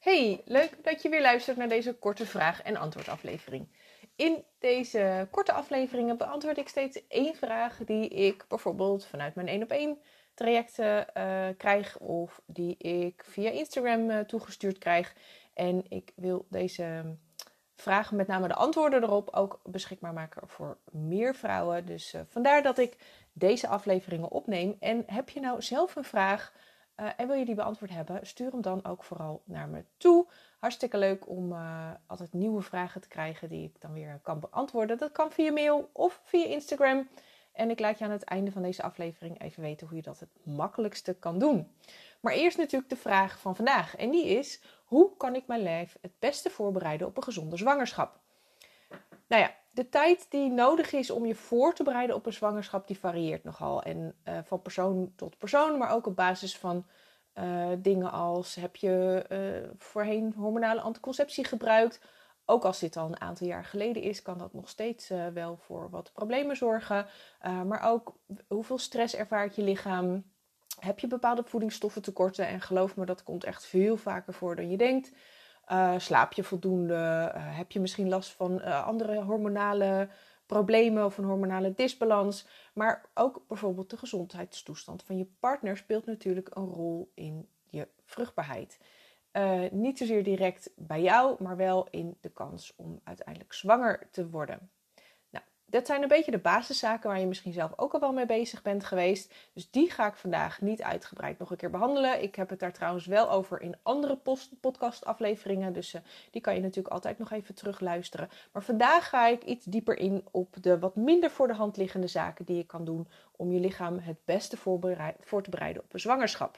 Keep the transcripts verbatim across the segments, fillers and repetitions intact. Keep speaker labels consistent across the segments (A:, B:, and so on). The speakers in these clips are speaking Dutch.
A: Hey, leuk dat je weer luistert naar deze korte vraag- en antwoordaflevering. In deze korte afleveringen beantwoord ik steeds één vraag die ik bijvoorbeeld vanuit mijn één op één trajecten uh, krijg of die ik via Instagram uh, toegestuurd krijg. En ik wil deze vragen, met name de antwoorden erop, ook beschikbaar maken voor meer vrouwen. Dus uh, vandaar dat ik deze afleveringen opneem. En heb je nou zelf een vraag uh, en wil je die beantwoord hebben, stuur hem dan ook vooral naar me toe. Hartstikke leuk om uh, altijd nieuwe vragen te krijgen die ik dan weer kan beantwoorden. Dat kan via mail of via Instagram. En ik laat je aan het einde van deze aflevering even weten hoe je dat het makkelijkste kan doen. Maar eerst natuurlijk de vraag van vandaag. En die is: hoe kan ik mijn lijf het beste voorbereiden op een gezonde zwangerschap? Nou ja, de tijd die nodig is om je voor te bereiden op een zwangerschap, die varieert nogal. En uh, van persoon tot persoon, maar ook op basis van uh, dingen als: heb je uh, voorheen hormonale anticonceptie gebruikt? Ook als dit al een aantal jaar geleden is, kan dat nog steeds uh, wel voor wat problemen zorgen. Uh, maar ook hoeveel stress ervaart je lichaam? Heb je bepaalde voedingsstoffentekorten? En geloof me, dat komt echt veel vaker voor dan je denkt. Uh, slaap je voldoende? Uh, heb je misschien last van uh, andere hormonale problemen of een hormonale disbalans? Maar ook bijvoorbeeld de gezondheidstoestand van je partner speelt natuurlijk een rol in je vruchtbaarheid. Uh, niet zozeer direct bij jou, maar wel in de kans om uiteindelijk zwanger te worden. Nou, dat zijn een beetje de basiszaken waar je misschien zelf ook al wel mee bezig bent geweest. Dus die ga ik vandaag niet uitgebreid nog een keer behandelen. Ik heb het daar trouwens wel over in andere podcastafleveringen. Dus uh, die kan je natuurlijk altijd nog even terugluisteren. Maar vandaag ga ik iets dieper in op de wat minder voor de hand liggende zaken die je kan doen om je lichaam het beste voorbereid, voor te bereiden op een zwangerschap.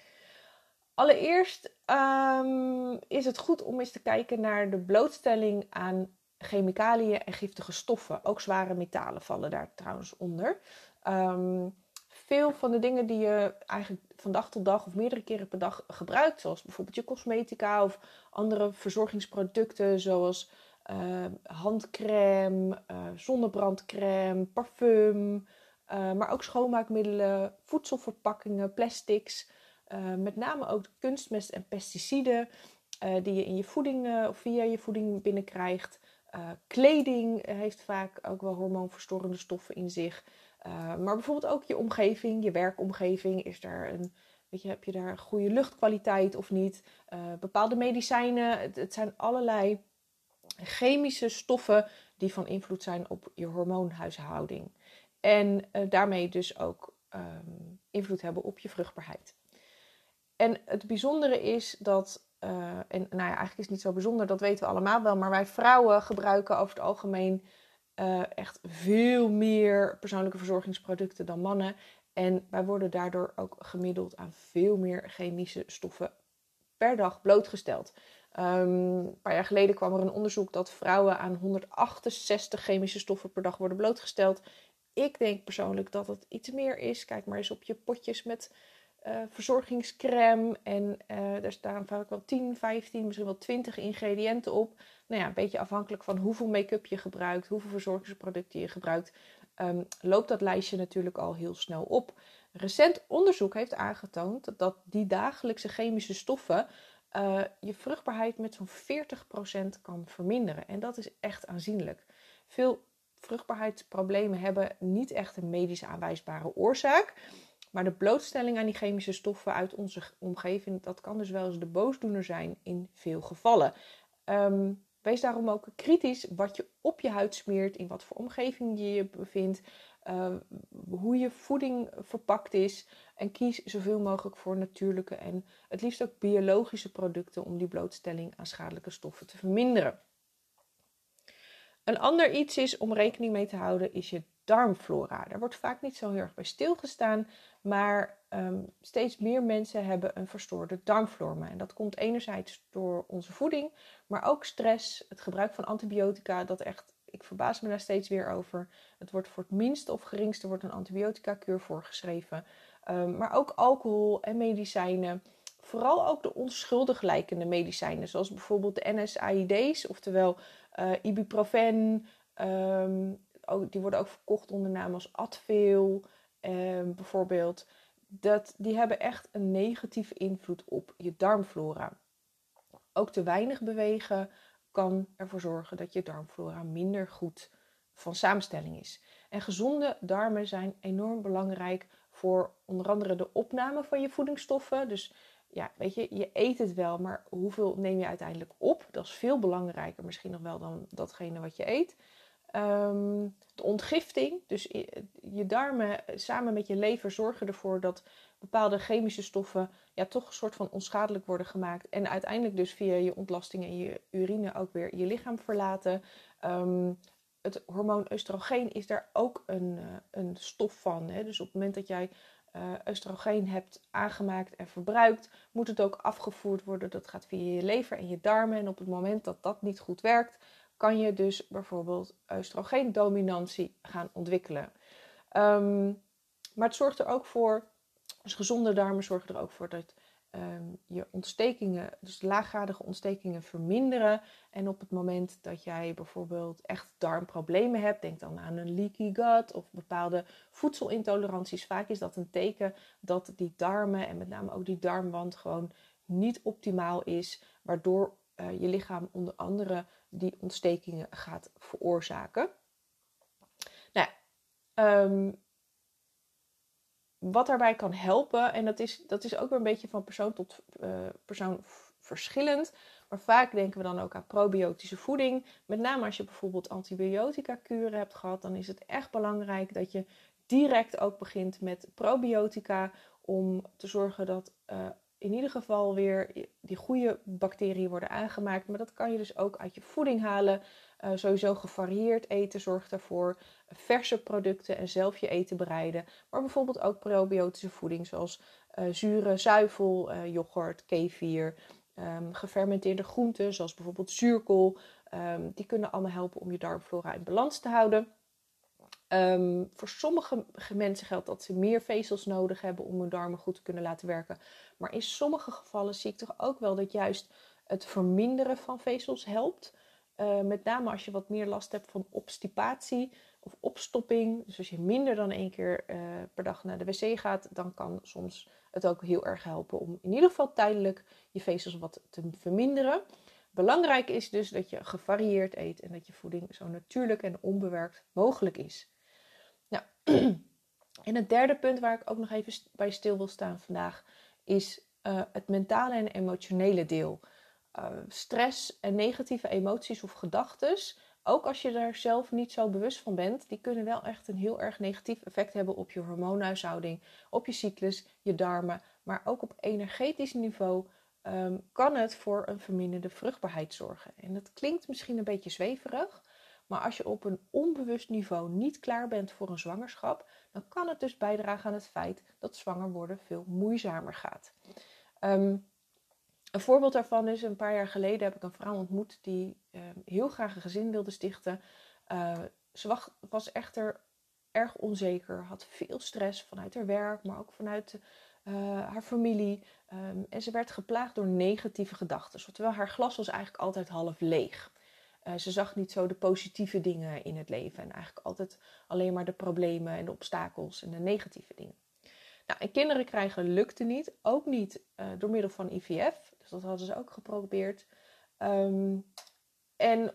A: Allereerst um, is het goed om eens te kijken naar de blootstelling aan chemicaliën en giftige stoffen. Ook zware metalen vallen daar trouwens onder. Um, veel van de dingen die je eigenlijk van dag tot dag of meerdere keren per dag gebruikt, zoals bijvoorbeeld je cosmetica of andere verzorgingsproducten zoals uh, handcrème, uh, zonnebrandcrème, parfum, uh, maar ook schoonmaakmiddelen, voedselverpakkingen, plastics. Uh, met name ook de kunstmest en pesticiden uh, die je in je voeding uh, of via je voeding binnenkrijgt. Uh, kleding heeft vaak ook wel hormoonverstorende stoffen in zich. Uh, maar bijvoorbeeld ook je omgeving, je werkomgeving. Is daar een, weet je, heb je daar goede luchtkwaliteit of niet? Uh, bepaalde medicijnen. Het, het zijn allerlei chemische stoffen die van invloed zijn op je hormoonhuishouding. En uh, daarmee dus ook um, invloed hebben op je vruchtbaarheid. En het bijzondere is dat, uh, en nou ja, eigenlijk is het niet zo bijzonder, dat weten we allemaal wel, maar wij vrouwen gebruiken over het algemeen uh, echt veel meer persoonlijke verzorgingsproducten dan mannen. En wij worden daardoor ook gemiddeld aan veel meer chemische stoffen per dag blootgesteld. Um, een paar jaar geleden kwam er een onderzoek dat vrouwen aan honderdachtenzestig chemische stoffen per dag worden blootgesteld. Ik denk persoonlijk dat het iets meer is. Kijk maar eens op je potjes met Uh, verzorgingscrème en uh, daar staan vaak wel tien, vijftien, misschien wel twintig ingrediënten op. Nou ja, een beetje afhankelijk van hoeveel make-up je gebruikt, hoeveel verzorgingsproducten je gebruikt, um, loopt dat lijstje natuurlijk al heel snel op. Recent onderzoek heeft aangetoond dat die dagelijkse chemische stoffen uh, je vruchtbaarheid met zo'n veertig procent kan verminderen. En dat is echt aanzienlijk. Veel vruchtbaarheidsproblemen hebben niet echt een medisch aanwijsbare oorzaak. Maar de blootstelling aan die chemische stoffen uit onze omgeving, dat kan dus wel eens de boosdoener zijn in veel gevallen. Um, wees daarom ook kritisch wat je op je huid smeert, in wat voor omgeving je je bevindt, uh, hoe je voeding verpakt is. En kies zoveel mogelijk voor natuurlijke en het liefst ook biologische producten om die blootstelling aan schadelijke stoffen te verminderen. Een ander iets is om rekening mee te houden is je darmflora. Daar wordt vaak niet zo heel erg bij stilgestaan, maar um, steeds meer mensen hebben een verstoorde darmflora. En dat komt enerzijds door onze voeding, maar ook stress, het gebruik van antibiotica, dat echt, ik verbaas me daar steeds weer over. Het wordt voor het minste of geringste wordt een antibiotica-kuur voorgeschreven. Um, maar ook alcohol en medicijnen. Vooral ook de onschuldig lijkende medicijnen, zoals bijvoorbeeld de N SAID's, oftewel uh, ibuprofen. Um, ook, die worden ook verkocht onder naam als Advil, um, bijvoorbeeld. Dat, die hebben echt een negatieve invloed op je darmflora. Ook te weinig bewegen kan ervoor zorgen dat je darmflora minder goed van samenstelling is. En gezonde darmen zijn enorm belangrijk voor onder andere de opname van je voedingsstoffen. Dus ja, weet je, je eet het wel, maar hoeveel neem je uiteindelijk op? Dat is veel belangrijker misschien nog wel dan datgene wat je eet. Um, de ontgifting, dus je darmen samen met je lever zorgen ervoor dat bepaalde chemische stoffen ja, toch een soort van onschadelijk worden gemaakt. En uiteindelijk dus via je ontlasting en je urine ook weer je lichaam verlaten. Um, het hormoon oestrogeen is daar ook een, uh, een stof van. Hè? Dus op het moment dat jij uh, oestrogeen hebt aangemaakt en verbruikt, moet het ook afgevoerd worden. Dat gaat via je lever en je darmen. En op het moment dat dat niet goed werkt, kan je dus bijvoorbeeld oestrogeendominantie gaan ontwikkelen. Um, maar het zorgt er ook voor, dus gezonde darmen zorgen er ook voor dat um, je ontstekingen, dus laaggradige ontstekingen verminderen. En op het moment dat jij bijvoorbeeld echt darmproblemen hebt, denk dan aan een leaky gut of bepaalde voedselintoleranties. Vaak is dat een teken dat die darmen en met name ook die darmwand gewoon niet optimaal is, waardoor uh, je lichaam onder andere die ontstekingen gaat veroorzaken. Nou, um, wat daarbij kan helpen, en dat is, dat is ook weer een beetje van persoon tot uh, persoon verschillend, maar vaak denken we dan ook aan probiotische voeding. Met name als je bijvoorbeeld antibiotica kuren hebt gehad, dan is het echt belangrijk dat je direct ook begint met probiotica om te zorgen dat uh, in ieder geval weer die goede bacteriën worden aangemaakt. Maar dat kan je dus ook uit je voeding halen. Uh, sowieso gevarieerd eten zorgt ervoor. Verse producten en zelf je eten bereiden. Maar bijvoorbeeld ook probiotische voeding zoals uh, zure zuivel, uh, yoghurt, kefir. Um, gefermenteerde groenten zoals bijvoorbeeld zuurkool. Um, die kunnen allemaal helpen om je darmflora in balans te houden. Um, voor sommige mensen geldt dat ze meer vezels nodig hebben om hun darmen goed te kunnen laten werken. Maar in sommige gevallen zie ik toch ook wel dat juist het verminderen van vezels helpt. Uh, met name als je wat meer last hebt van obstipatie of opstopping. Dus als je minder dan één keer uh, per dag naar de wc gaat, dan kan soms het ook heel erg helpen om in ieder geval tijdelijk je vezels wat te verminderen. Belangrijk is dus dat je gevarieerd eet en dat je voeding zo natuurlijk en onbewerkt mogelijk is. Nou, en het derde punt waar ik ook nog even bij stil wil staan vandaag is uh, het mentale en emotionele deel. Uh, stress en negatieve emoties of gedachten, ook als je daar zelf niet zo bewust van bent, die kunnen wel echt een heel erg negatief effect hebben op je hormoonhuishouding, op je cyclus, je darmen, maar ook op energetisch niveau um, kan het voor een verminderde vruchtbaarheid zorgen. En dat klinkt misschien een beetje zweverig, maar als je op een onbewust niveau niet klaar bent voor een zwangerschap, dan kan het dus bijdragen aan het feit dat zwanger worden veel moeizamer gaat. Um, een voorbeeld daarvan is, een paar jaar geleden heb ik een vrouw ontmoet die uh, heel graag een gezin wilde stichten. Uh, ze wacht, was echter erg onzeker, had veel stress vanuit haar werk, maar ook vanuit uh, haar familie. Um, en ze werd geplaagd door negatieve gedachten, terwijl haar glas was eigenlijk altijd half leeg. Uh, ze zag niet zo de positieve dingen in het leven en eigenlijk altijd alleen maar de problemen en de obstakels en de negatieve dingen. Nou, en kinderen krijgen lukte niet, ook niet uh, door middel van I V F. Dus dat hadden ze ook geprobeerd. Um, en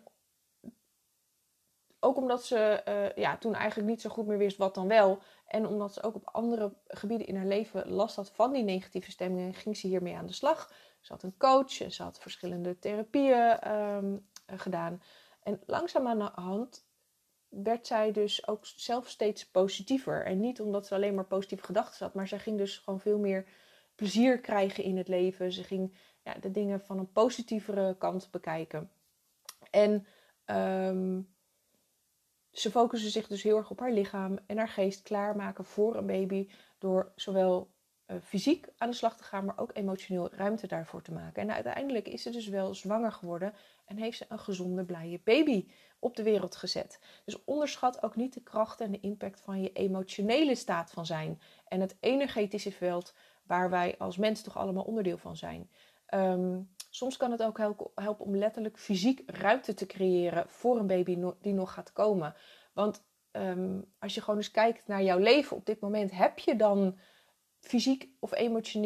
A: ook omdat ze uh, ja, toen eigenlijk niet zo goed meer wist wat dan wel. En omdat ze ook op andere gebieden in haar leven last had van die negatieve stemmingen, ging ze hiermee aan de slag. Ze had een coach en ze had verschillende therapieën um, gedaan. En langzaam aan de hand werd zij dus ook zelf steeds positiever. En niet omdat ze alleen maar positieve gedachten had, maar zij ging dus gewoon veel meer plezier krijgen in het leven. Ze ging ja, de dingen van een positievere kant bekijken. En um, ze focuste zich dus heel erg op haar lichaam en haar geest klaarmaken voor een baby. Door zowel uh, fysiek aan de slag te gaan, maar ook emotioneel ruimte daarvoor te maken. En uiteindelijk is ze dus wel zwanger geworden en heeft ze een gezonde, blije baby op de wereld gezet. Dus onderschat ook niet de kracht en de impact van je emotionele staat van zijn. En het energetische veld waar wij als mens toch allemaal onderdeel van zijn. Um, soms kan het ook helpen om letterlijk fysiek ruimte te creëren voor een baby die nog gaat komen. Want um, als je gewoon eens kijkt naar jouw leven op dit moment, heb je dan fysiek of emotioneel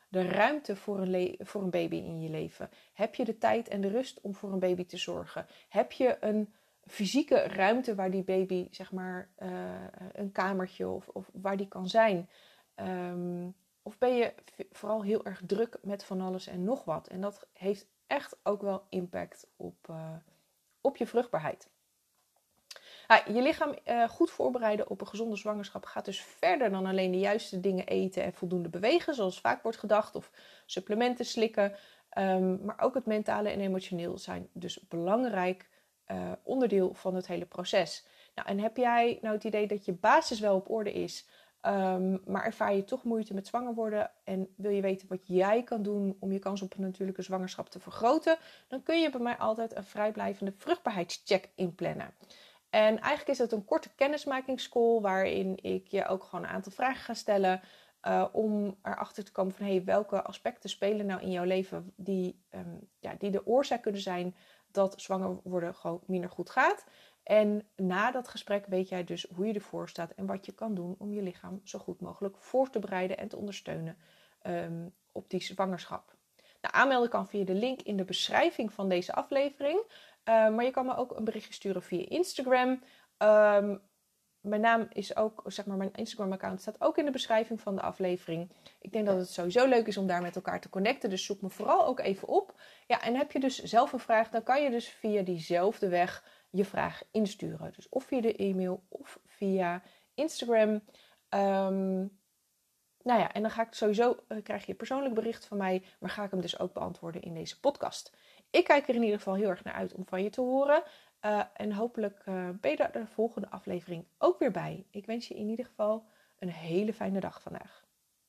A: de ruimte voor een, le- voor een baby in je leven? Heb je de tijd en de rust om voor een baby te zorgen? Heb je een fysieke ruimte waar die baby, zeg maar, uh, een kamertje of, of waar die kan zijn? Um, of ben je v- vooral heel erg druk met van alles en nog wat? En dat heeft echt ook wel impact op, uh, op je vruchtbaarheid. Ja, je lichaam uh, goed voorbereiden op een gezonde zwangerschap gaat dus verder dan alleen de juiste dingen eten en voldoende bewegen, zoals vaak wordt gedacht, of supplementen slikken. Um, maar ook het mentale en emotioneel zijn dus belangrijk uh, onderdeel van het hele proces. Nou, en heb jij nou het idee dat je basis wel op orde is, um, maar ervaar je toch moeite met zwanger worden en wil je weten wat jij kan doen om je kans op een natuurlijke zwangerschap te vergroten, dan kun je bij mij altijd een vrijblijvende vruchtbaarheidscheck inplannen. En eigenlijk is het een korte kennismakingscall waarin ik je ook gewoon een aantal vragen ga stellen uh, om erachter te komen van hey, welke aspecten spelen nou in jouw leven die, um, ja, die de oorzaak kunnen zijn dat zwanger worden gewoon minder goed gaat. En na dat gesprek weet jij dus hoe je ervoor staat en wat je kan doen om je lichaam zo goed mogelijk voor te bereiden en te ondersteunen um, op die zwangerschap. Nou, aanmelden kan via de link in de beschrijving van deze aflevering. Uh, maar je kan me ook een berichtje sturen via Instagram. Um, mijn naam is ook, zeg maar, mijn Instagram-account staat ook in de beschrijving van de aflevering. Ik denk dat het sowieso leuk is om daar met elkaar te connecten. Dus zoek me vooral ook even op. Ja, en heb je dus zelf een vraag, dan kan je dus via diezelfde weg je vraag insturen. Dus of via de e-mail of via Instagram. Um, nou ja, en dan ga ik sowieso, uh, krijg je een persoonlijk bericht van mij, maar ga ik hem dus ook beantwoorden in deze podcast. Ik kijk er in ieder geval heel erg naar uit om van je te horen. Uh, en hopelijk uh, ben je er de volgende aflevering ook weer bij. Ik wens je in ieder geval een hele fijne dag vandaag.